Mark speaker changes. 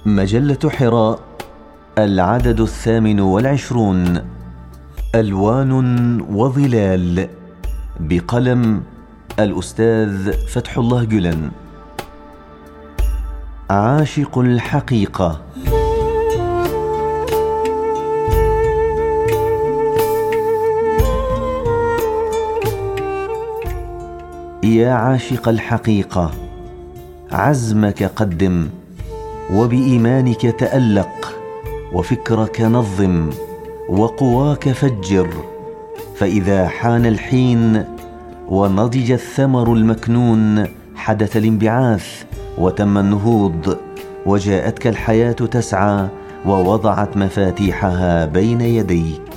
Speaker 1: مجلة حراء، العدد 28. ألوان وظلال، بقلم الأستاذ فتح الله جلن. عاشق الحقيقة. يا عاشق الحقيقة، عزمك قدم، وبإيمانك تألق، وفكرك نظم، وقواك فجر، فإذا حان الحين ونضج الثمر المكنون حدث الانبعاث وتم النهوض، وجاءتك الحياة تسعى ووضعت مفاتيحها بين يديك.